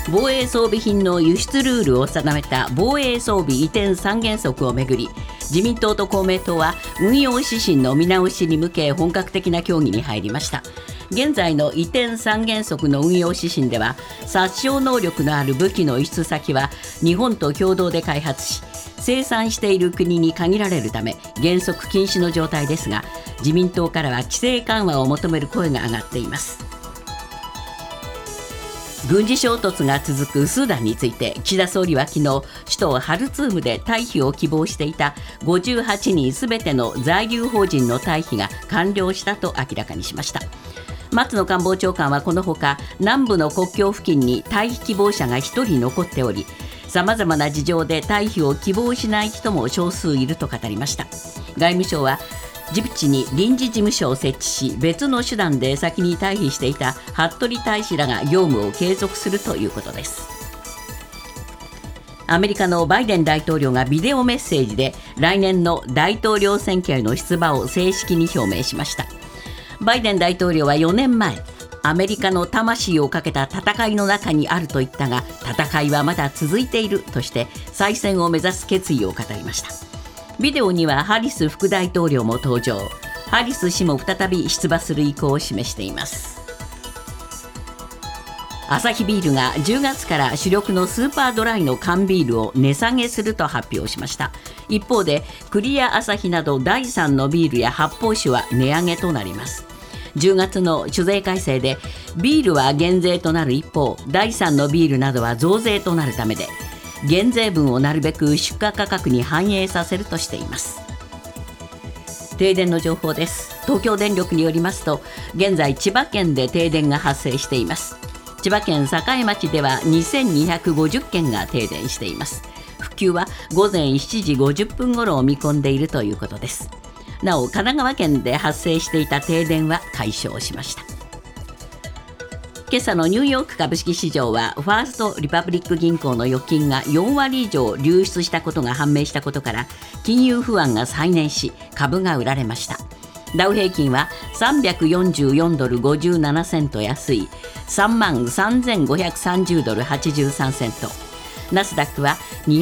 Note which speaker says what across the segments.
Speaker 1: 防衛装備品の輸出ルールを定めた防衛装備移転三原則をめぐり、自民党と公明党は運用指針の見直しに向け本格的な協議に入りました。現在の移転三原則の運用指針では、殺傷能力のある武器の輸出先は日本と共同で開発し、生産している国に限られるため原則禁止の状態ですが、自民党からは規制緩和を求める声が上がっています。軍事衝突が続くスーダンについて、岸田総理は昨日、首都ハルツームで退避を希望していた58人すべての在留邦人の退避が完了したと明らかにしました。松野官房長官はこのほか、南部の国境付近に退避希望者が1人残っており、さまざまな事情で退避を希望しない人も少数いると語りました。外務省はジブチに臨時事務所を設置し、別の手段で先に退避していた服部大使らが業務を継続するということです。アメリカのバイデン大統領がビデオメッセージで来年の大統領選挙への出馬を正式に表明しました。バイデン大統領は4年前、アメリカの魂をかけた戦いの中にあると言ったが、戦いはまだ続いているとして再選を目指す決意を語りました。ビデオにはハリス副大統領も登場。ハリス氏も再び出馬する意向を示しています。アサヒビールが10月から主力のスーパードライの缶ビールを値下げすると発表しました。一方でクリアアサヒなど第3のビールや発泡酒は値上げとなります。10月の酒税改正でビールは減税となる一方、第3のビールなどは増税となるためで、減税分をなるべく出荷価格に反映させるとしています。停電の情報です。東京電力によりますと、現在千葉県で停電が発生しています。千葉県栄町では2250軒が停電しています。復旧は午前7時50分頃を見込んでいるということです。なお、神奈川県で発生していた停電は解消しました。今朝のニューヨーク株式市場は、ファーストリパブリック銀行の預金が4割以上流出したことが判明したことから、金融不安が再燃し、株が売られました。ダウ平均は344ドル57セント安い33,530ドル83セント、ナスダックは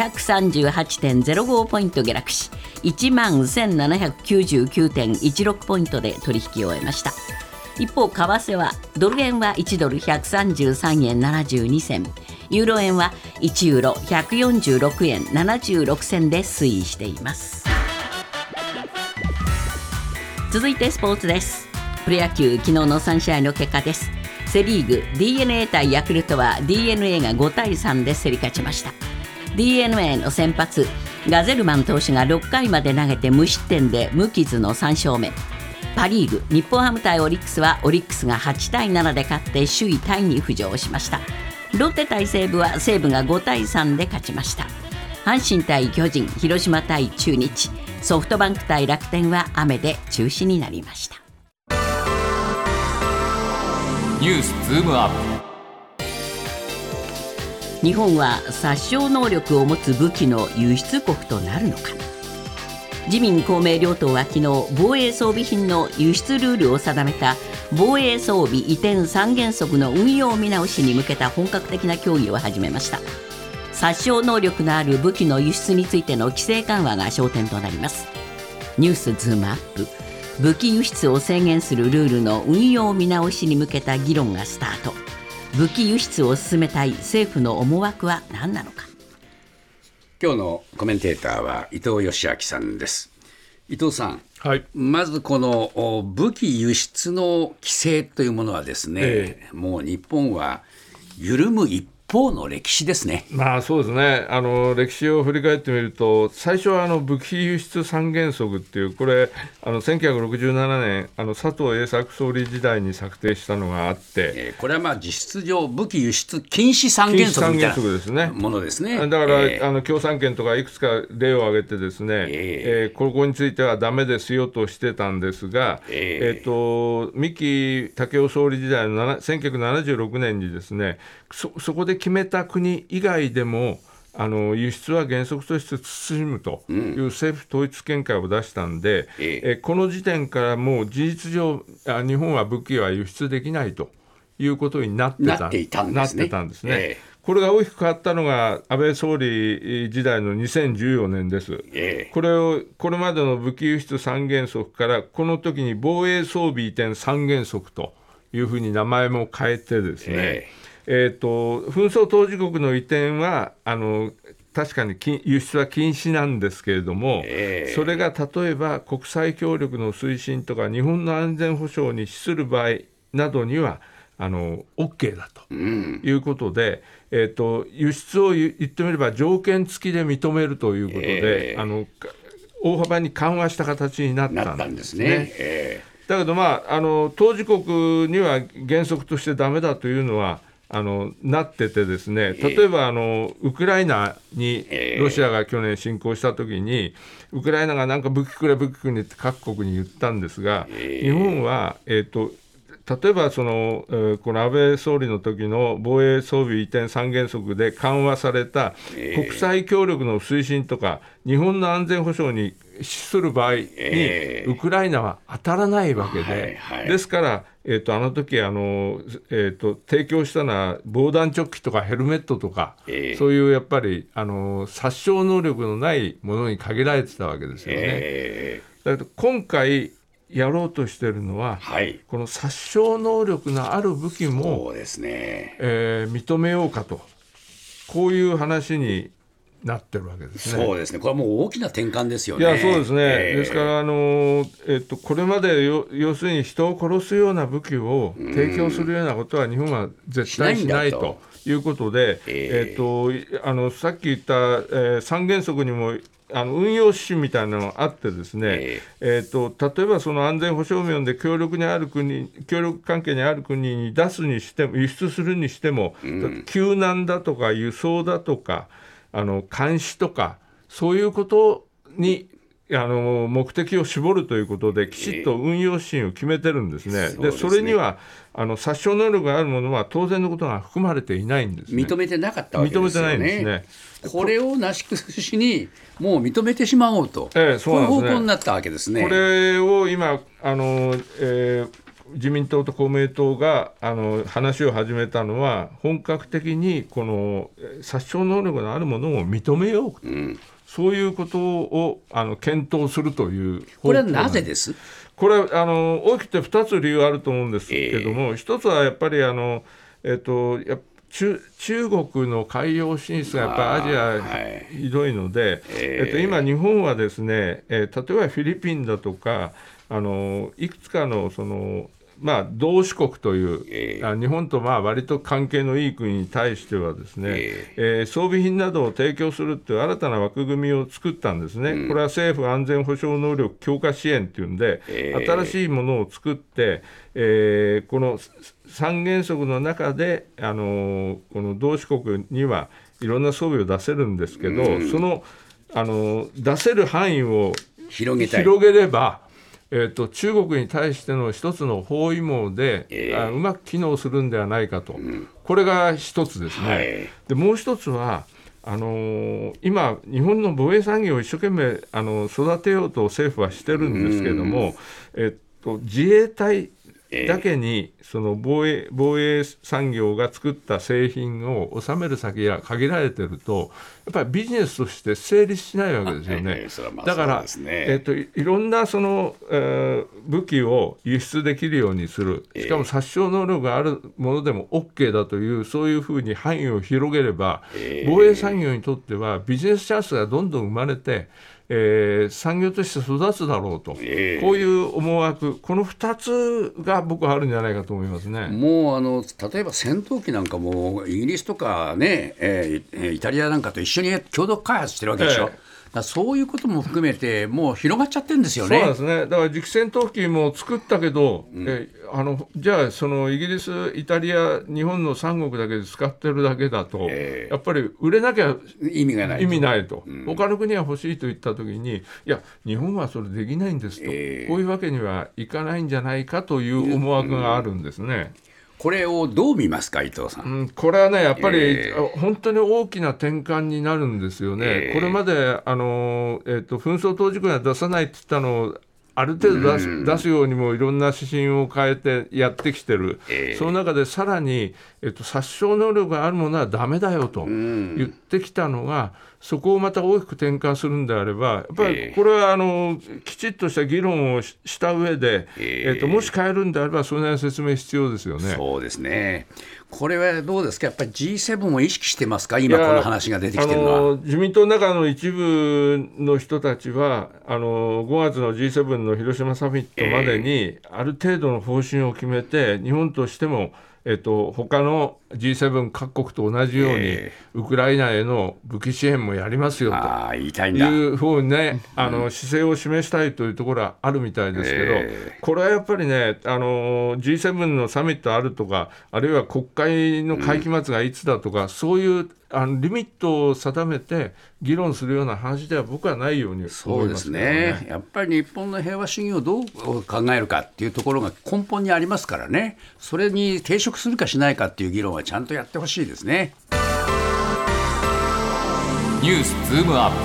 Speaker 1: 238.05 ポイント下落し、11,799.16 ポイントで取引を終えました。一方、為替はドル円は1ドル133円72銭、ユーロ円は1ユーロ146円76銭で推移しています。続いてスポーツです。プロ野球、昨日の3試合の結果です。セリーグ DNA 対ヤクルトは DNA が5対3で競り勝ちました。 DNA の先発ガゼルマン投手が6回まで投げて無失点で無傷の3勝目。パリーグ、日本ハム対オリックスはオリックスが8対7で勝って首位タイに浮上しました。ロッテ対西武は西武が5対3で勝ちました。阪神対巨人、広島対中日、ソフトバンク対楽天は雨で中止になりました。
Speaker 2: ニュースズームアッ
Speaker 1: プ。日本は殺傷能力を持つ武器の輸出国となるのか。自民公明両党は昨日、防衛装備品の輸出ルールを定めた防衛装備移転三原則の運用見直しに向けた本格的な協議を始めました。殺傷能力のある武器の輸出についての規制緩和が焦点となります。ニュースズームアップ。武器輸出を制限するルールの運用見直しに向けた議論がスタート。武器輸出を進めたい政府の思惑は何なのか。
Speaker 3: 今日のコメンテーターは伊藤義明さんです。伊藤さん、
Speaker 4: はい、
Speaker 3: まずこの武器輸出の規制というものはですね、もう日本は緩む一方の歴史ですね。
Speaker 4: まあそうですね。歴史を振り返ってみると、最初は武器輸出三原則っていう、これ1967年佐藤栄作総理時代に策定したのがあって、これは実質上武器輸出禁止三原則みたいなものですね。だから、共産圏とかいくつか例を挙げてですね、ここについてはダメですよとしてたんですが、三木武夫総理時代の1976年にですね、そこで決めた国以外でも輸出は原則として慎むという政府統一見解を出したんで、この時点からもう事実上日本は武器は輸出できないということになってたんですね。 これが大きく変わったのが安倍総理時代の2014年です。これまでの武器輸出三原則からこの時に防衛装備移転三原則というふうに名前も変えてですね、紛争当事国の移転は確かに輸出は禁止なんですけれども、それが例えば国際協力の推進とか日本の安全保障に資する場合などにはOK だということで、輸出を言ってみれば条件付きで認めるということで、大幅に緩和した形になったんですね。だけど、当事国には原則としてダメだというのはなっててですね、例えばウクライナにロシアが去年侵攻したときに、ウクライナがなんか武器くれって各国に言ったんですが、日本は、例えばこの安倍総理の時の防衛装備移転三原則で緩和された国際協力の推進とか日本の安全保障に資する場合にウクライナは当たらないわけで、ですから、あの時提供したのは防弾チョッキとかヘルメットとか、そういうやっぱり殺傷能力のないものに限られてたわけですよね。だけど今回やろうとしているのは、この殺傷能力のある武器も
Speaker 3: そうですね、
Speaker 4: 認めようかと、こういう話になってるわけですね。
Speaker 3: そうですね、これはもう大きな転換ですよね。
Speaker 4: いや、そうですね、ですからこれまで要するに人を殺すような武器を提供するようなことは日本は絶対しないということで、さっき言った、三原則にも運用指針みたいなのがあってですね、例えばその安全保障面で協力関係にある国に出すにしても輸出するにしても、救難だとか輸送だとか監視とかそういうことに目的を絞るということできちっと運用指針を決めてるんですね。でそれには殺傷能力があるものは当然のことが含まれていないんですね。
Speaker 3: 認めてなかったわけですよね。
Speaker 4: 認めてないんですね。
Speaker 3: これをなし崩しにもう認めてしまおうと、
Speaker 4: そうなんですね、
Speaker 3: こういう方向になったわけですね。
Speaker 4: これを今自民党と公明党が話を始めたのは、本格的にこの殺傷能力のあるものを認めようと、そういうことを検討するという方向。
Speaker 3: これはなぜです？
Speaker 4: これ大きくて2つ理由あると思うんですけども、一つはやっぱり中国の海洋進出がやっぱりアジアひどいので、今日本はですね、例えばフィリピンだとかいくつかの同志国という、日本と割と関係のいい国に対してはですね、装備品などを提供するという新たな枠組みを作ったんですね。これは政府安全保障能力強化支援というんで、新しいものを作って、この三原則の中でこの同志国にはいろんな装備を出せるんですけど、その出せる範囲を広げれば中国に対しての一つの包囲網で、うまく機能するんではないかと、これが一つですね。でもう一つは今日本の防衛産業を一生懸命育てようと政府はしてるんですけれども、自衛隊だけにその防衛産業が作った製品を収める先が限られてると、やっぱりビジネスとして成立しないわけですよね。だから、いろんな武器を輸出できるようにする、しかも殺傷能力があるものでも OK だという、そういうふうに範囲を広げれば、防衛産業にとってはビジネスチャンスがどんどん生まれて、産業として育つだろうと、こういう思惑、この2つが僕はあるんじゃないかと思いますね。
Speaker 3: もう例えば戦闘機なんかもイギリスとかね、イタリアなんかと一緒に共同開発してるわけでしょ。だそういうことも含めてもう広がっちゃってるんですよね。
Speaker 4: そうなんですね。だから次期戦闘機も作ったけど、じゃあそのイギリス、イタリア、日本の3国だけで使ってるだけだと、やっぱり売れなきゃ意味ないと、他の国は欲しいと言ったときに、いや日本はそれできないんですと、こういうわけにはいかないんじゃないかという思惑があるんですね。
Speaker 3: これをどう見ますか、伊藤さん。
Speaker 4: これはね、やっぱり、本当に大きな転換になるんですよね。これまで紛争当事国は出さないって言ったのをある程度出すようにもいろんな指針を変えてやってきてる、その中でさらに、殺傷能力があるものはダメだよと言ってきたのが、そこをまた大きく転換するんであれば、やっぱりこれはきちっとした議論をした上で、もし変えるんであればそれなりの説明必要ですよね。
Speaker 3: そうですね。これはどうですか、やっぱり G7 を意識してますか、今この話が出てきてるのは。
Speaker 4: 自民党の中の一部の人たちは5月の G7 の広島サミットまでにある程度の方針を決めて、日本としても他の G7 各国と同じように、ウクライナへの武器支援もやりますよというふうにね、姿勢を示したいというところはあるみたいですけど、これはやっぱりね、G7 のサミットあるとか、あるいは国会の会期末がいつだとか、そういうリミットを定めて議論するような話では僕はないように思いますね。
Speaker 3: そうですね。やっぱり日本の平和主義をどう考えるかっていうところが根本にありますからね、それに抵触するかしないかっていう議論はちゃんとやってほしいですね。
Speaker 2: ニュースズームアッ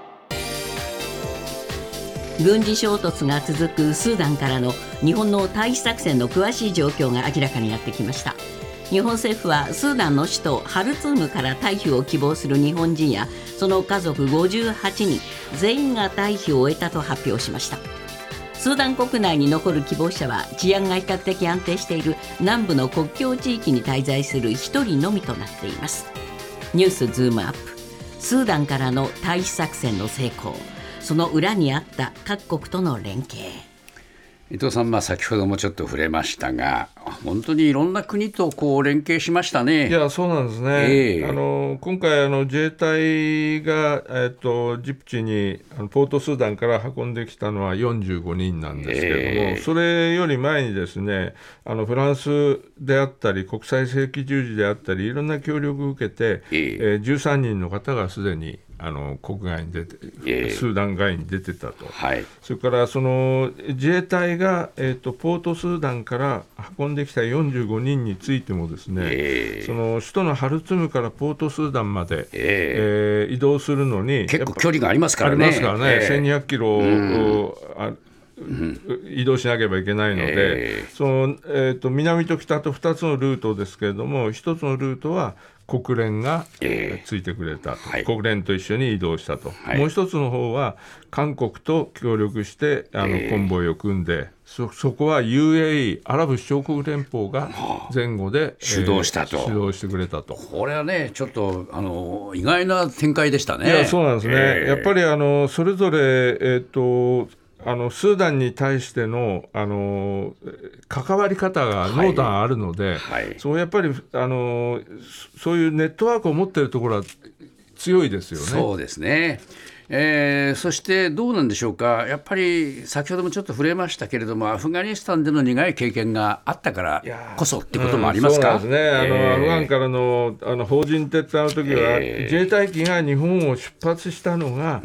Speaker 1: プ。軍事衝突が続くスーダンからの日本の退避作戦の詳しい状況が明らかになってきました。日本政府はスーダンの首都ハルツームから退避を希望する日本人やその家族58人全員が退避を終えたと発表しました。スーダン国内に残る希望者は治安が比較的安定している南部の国境地域に滞在する1人のみとなっています。ニュースズームアップ。スーダンからの退避作戦の成功、その裏にあった各国との連携。
Speaker 3: 伊藤さん、先ほどもちょっと触れましたが、本当にいろんな国と連携しましたね。
Speaker 4: いや、そうなんですね。今回自衛隊が、ジブチにポートスーダンから運んできたのは45人なんですけれども、それより前にですね、フランスであったり国際赤十字であったりいろんな協力を受けて、13人の方がすでに国外に出て、スーダン外に出てたと、それからその自衛隊が、ポートスーダンから運んできた45人についてもですね、その首都のハルツームからポートスーダンまで、移動するのに
Speaker 3: 結構距離がありますからね。
Speaker 4: 1200キロを移動しなければいけないので、南と北と2つのルートですけれども、1つのルートは国連がついてくれたと、国連と一緒に移動したと、もう一つの方は韓国と協力してコンボイを組んで、そこは UAE アラブ首長国連邦が前後で
Speaker 3: 主導したと、
Speaker 4: 主導してくれたと。
Speaker 3: これはね、ちょっと意外な展開でしたね。
Speaker 4: いや、そうなんですね。やっぱりそれぞれスーダンに対しての、関わり方が濃淡あるので、そうやっぱりそういうネットワークを持っているところは強いですよね。
Speaker 3: そうですね。そしてどうなんでしょうか、やっぱり先ほどもちょっと触れましたけれども、アフガニスタンでの苦い経験があったからこそってこともありますか。
Speaker 4: そうなんですね。アフガンからの邦人撤退の時は、自衛隊機が日本を出発したのが、ア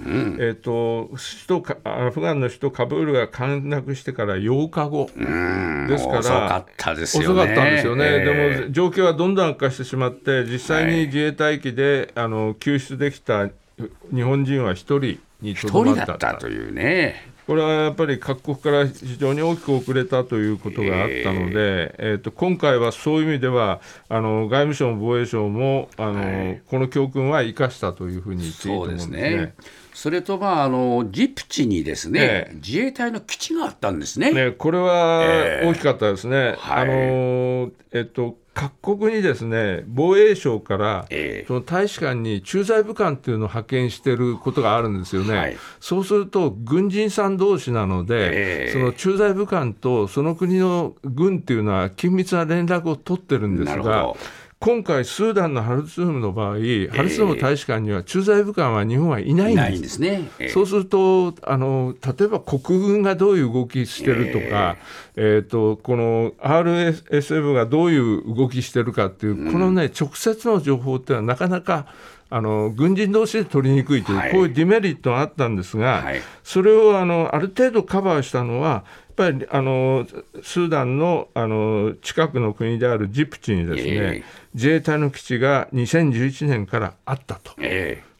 Speaker 4: フガンの首都カブールが陥落してから8日後ですから、
Speaker 3: 遅かったですよね。
Speaker 4: 遅かったんですよね。でも状況はどんどん悪化してしまって、実際に自衛隊機で救出できた日本人は1人にとどまった
Speaker 3: というね。
Speaker 4: これはやっぱり各国から非常に大きく遅れたということがあったので、今回はそういう意味では外務省も防衛省もこの教訓は生かしたというふうに言っていいと思うんですね。
Speaker 3: それとジプチにですね、自衛隊の基地があったんですね。
Speaker 4: これは大きかったですね。各国にですね、防衛省からその大使館に駐在武官っていうのを派遣していることがあるんですよね。そうすると軍人さん同士なので、その駐在武官とその国の軍っていうのは緊密な連絡を取ってるんですが、今回スーダンのハルツームの場合、ハルツーム大使館には駐在武官は日本はいないんですね。そうすると例えば国軍がどういう動きしてるとか、この RSF がどういう動きしてるかっていう、このね、直接の情報っていうのはなかなか軍人同士で取りにくいという、こういうデメリットがあったんですが、それをある程度カバーしたのはやっぱりスーダンの近くの国であるジプチにですね、自衛隊の基地が2011年からあったと、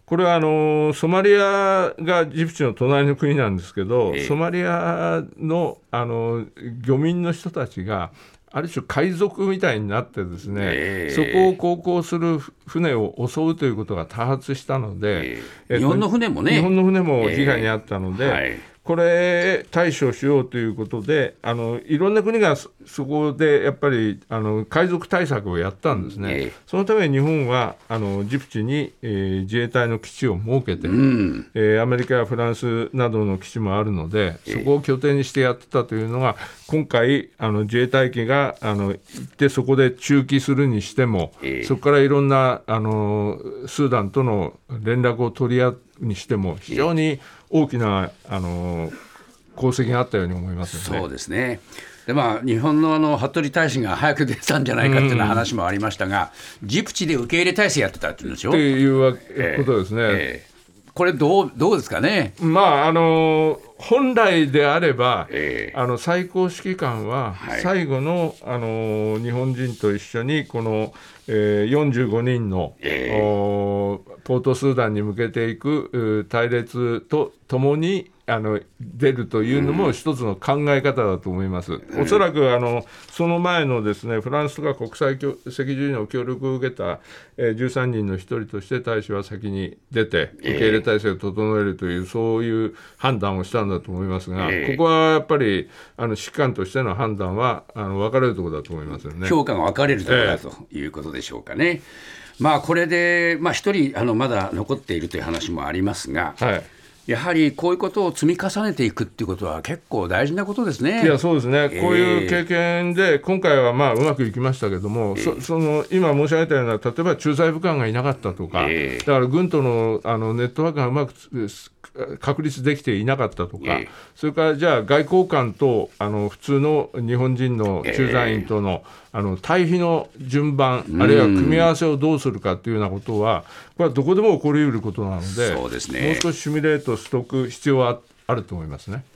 Speaker 4: これはソマリアがジブチの隣の国なんですけど、ソマリアの、漁民の人たちがある種海賊みたいになってですね、そこを航行する船を襲うということが多発したので、
Speaker 3: 日本の船もね、
Speaker 4: 日本の船も被害に遭ったので、
Speaker 3: はい
Speaker 4: これ対処しようということで、いろんな国がそこでやっぱり海賊対策をやったんですね。そのために日本はジブチに、自衛隊の基地を設けて、アメリカやフランスなどの基地もあるので、そこを拠点にしてやってたというのが、今回自衛隊機が行ってそこで駐機するにしても、そこからいろんなスーダンとの連絡を取り合うにしても非常に大きな功績があったように思いますよね。
Speaker 3: そうですね。で日本の服部大使が早く出たんじゃないかっていう話もありましたが、ジブチで受け入れ体制やってたっていうんでしょ。
Speaker 4: っていうことですね。
Speaker 3: これどうですかね。
Speaker 4: 本来であれば、最高指揮官は最後の、日本人と一緒にこの、45人の、ポートスーダンに向けていく隊列とともに出るというのも一つの考え方だと思います。おそらくその前のですね、フランスとか国際赤十字の協力を受けた、13人の一人として大使は先に出て受け入れ体制を整えるという、そういう判断をしたんだと思いますが、ここはやっぱり指揮官としての判断は分かれるところだと思いますよね。
Speaker 3: 評価が分かれるところだということでしょうかね。これで一人まだ残っているという話もありますが、やはりこういうことを積み重ねていくっていうことは結構大事なことですね。
Speaker 4: いや、そうですね、こういう経験で今回はうまくいきましたけども、今申し上げたような、例えば駐在武官がいなかったとか、だから軍との、ネットワークがうまく確立できていなかったとか、それからじゃあ外交官と普通の日本人の駐在員との対比の順番、あるいは組み合わせをどうするかというようなことは、これはどこでも起こりうることなので、
Speaker 3: そうですね、
Speaker 4: もう少しシミュレートしておく必要はあると思いますね。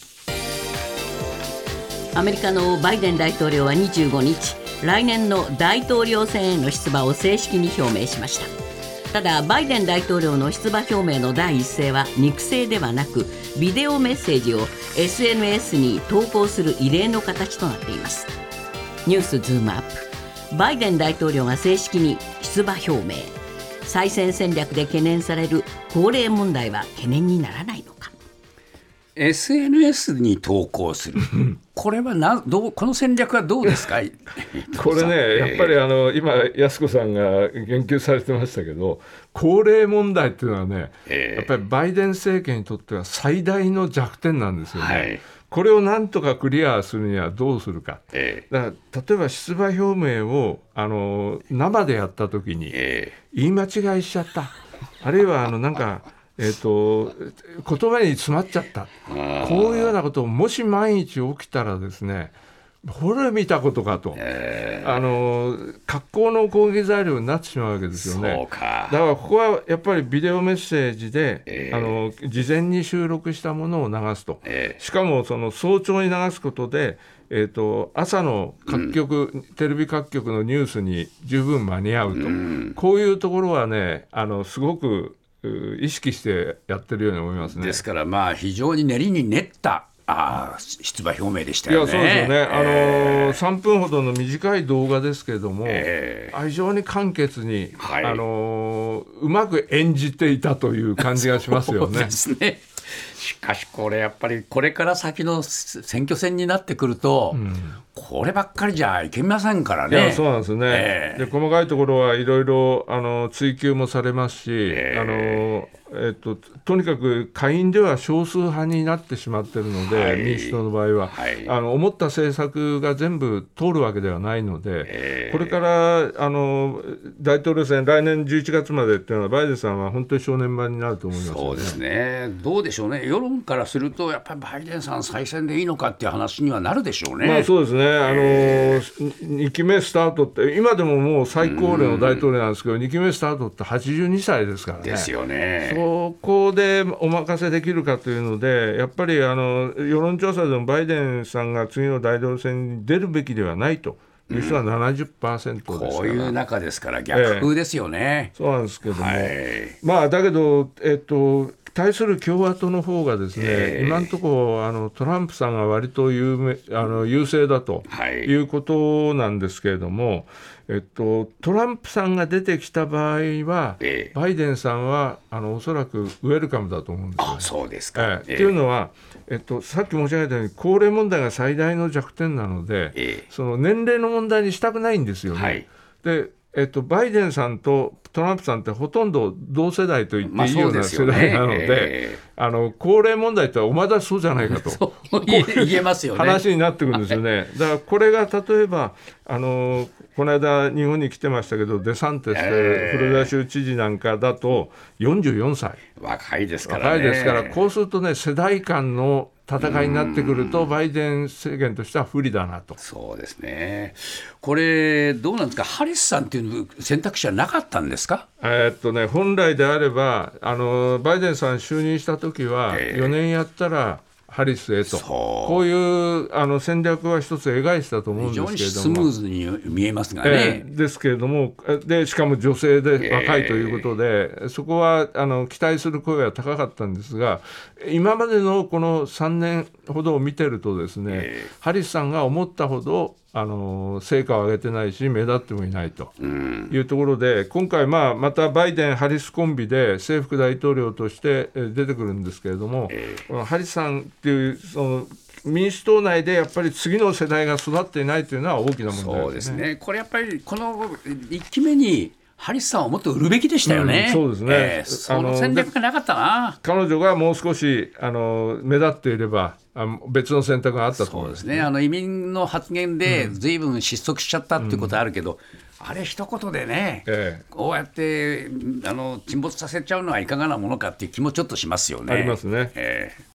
Speaker 1: アメリカのバイデン大統領は25日、来年の大統領選への出馬を正式に表明しました。ただバイデン大統領の出馬表明の第一声は肉声ではなく、ビデオメッセージを SNS に投稿する異例の形となっています。ニュースズームアップ。バイデン大統領が正式に出馬表明。再選戦略で懸念される高齢問題は懸念にならないのか。
Speaker 3: SNS に投稿するこれはこの戦略はどうですか。
Speaker 4: これね、やっぱり今安子さんが言及されてましたけど、高齢問題っていうのはね、やっぱりバイデン政権にとっては最大の弱点なんですよね。これをなんとかクリアするにはどうするか。だから例えば出馬表明を生でやった時に言い間違いしちゃった、あるいは言葉に詰まっちゃった、こういうようなことをもし万一起きたらですね、これ見たことかと、格好の攻撃材料になってしまうわけですよね。
Speaker 3: そうか。
Speaker 4: だからここはやっぱりビデオメッセージで、事前に収録したものを流すと、しかもその早朝に流すことで、朝の各局、テレビ各局のニュースに十分間に合うと、こういうところはね、すごく意識してやってるように思いますね。
Speaker 3: ですから非常に練りに練った出馬表明でしたよね。
Speaker 4: いや、そうですよね。3分ほどの短い動画ですけれども、非常に簡潔に、うまく演じていたという感じがしますよね。
Speaker 3: そうですね。しかしこれやっぱりこれから先の選挙戦になってくると、こればっかりじゃいけませんからね。
Speaker 4: いや、そうなんですね。で細かいところはいろいろ追及もされますし、とにかく下院では少数派になってしまっているので、民主党の場合は、思った政策が全部通るわけではないので、これから大統領選来年11月までっていうのはバイデンさんは本当に正念場になると思いますよね。
Speaker 3: そうですね。どうでしょうね、世論からするとやっぱりバイデンさん再選でいいのかっていう話にはなるでしょうね。
Speaker 4: そうですね。2期目スタートって今でももう最高齢の大統領なんですけど、2期目スタートって82歳ですからね。
Speaker 3: ですよね。
Speaker 4: そこでお任せできるかというので、やっぱり世論調査でもバイデンさんが次の大統領選に出るべきではないという人が 70% ですから、
Speaker 3: こういう中ですから逆風ですよね。
Speaker 4: そうなんですけども、
Speaker 3: はい、
Speaker 4: まあだけど、対する共和党の方がですね、今のところトランプさんが割と優勢だということなんですけれども、トランプさんが出てきた場合は、バイデンさんはおそらくウェルカムだと思うんですよね。
Speaker 3: そうですか。
Speaker 4: っていうのは、さっき申し上げたように高齢問題が最大の弱点なので、その年齢の問題にしたくないんですよね。はい、でバイデンさんとトランプさんってほとんど同世代と言っていいような世代なので、高齢問題とはお前だそうじゃないかと
Speaker 3: そう言えますよね。
Speaker 4: 話になってくるんですよね。だからこれが例えばこの間日本に来てましたけど、デサンテスフロリダ州知事なんかだと44歳、
Speaker 3: 若いですからね。
Speaker 4: 若いですから、こうするとね、世代間の戦いになってくるとバイデン政権としては不利だなと。
Speaker 3: そうですね。これどうなんですか、ハリスさんっていう選択肢はなかったんですか。
Speaker 4: 本来であればバイデンさん就任した時は4年やったらハリスへと、こういう戦略は一つ描いてたと思うんですけれども、
Speaker 3: 非常にスムーズに見えますがね。
Speaker 4: ですけれども、でしかも女性で若いということで、そこは期待する声は高かったんですが、今までのこの3年ほどを見てるとですね、ハリスさんが思ったほど成果を上げてないし目立ってもいないというところで、今回またバイデン・ハリスコンビで正副大統領として出てくるんですけれども、このハリスさんっていうその民主党内でやっぱり次の世代が育っていないというのは大きな問題ですね。
Speaker 3: そうですね。これやっぱりこの1期目にハリスさんをもっと売るべきでしたよね。
Speaker 4: そうですね。
Speaker 3: その戦略がなかったな。
Speaker 4: 彼女がもう少し目立っていれば別の選択があったと思います。
Speaker 3: そうですね。移民の発言で随分失速しちゃったっていうことはあるけど、あれ一言でね、こうやって沈没させちゃうのはいかがなものかっていう気もちょっとしますよね。
Speaker 4: ありますね。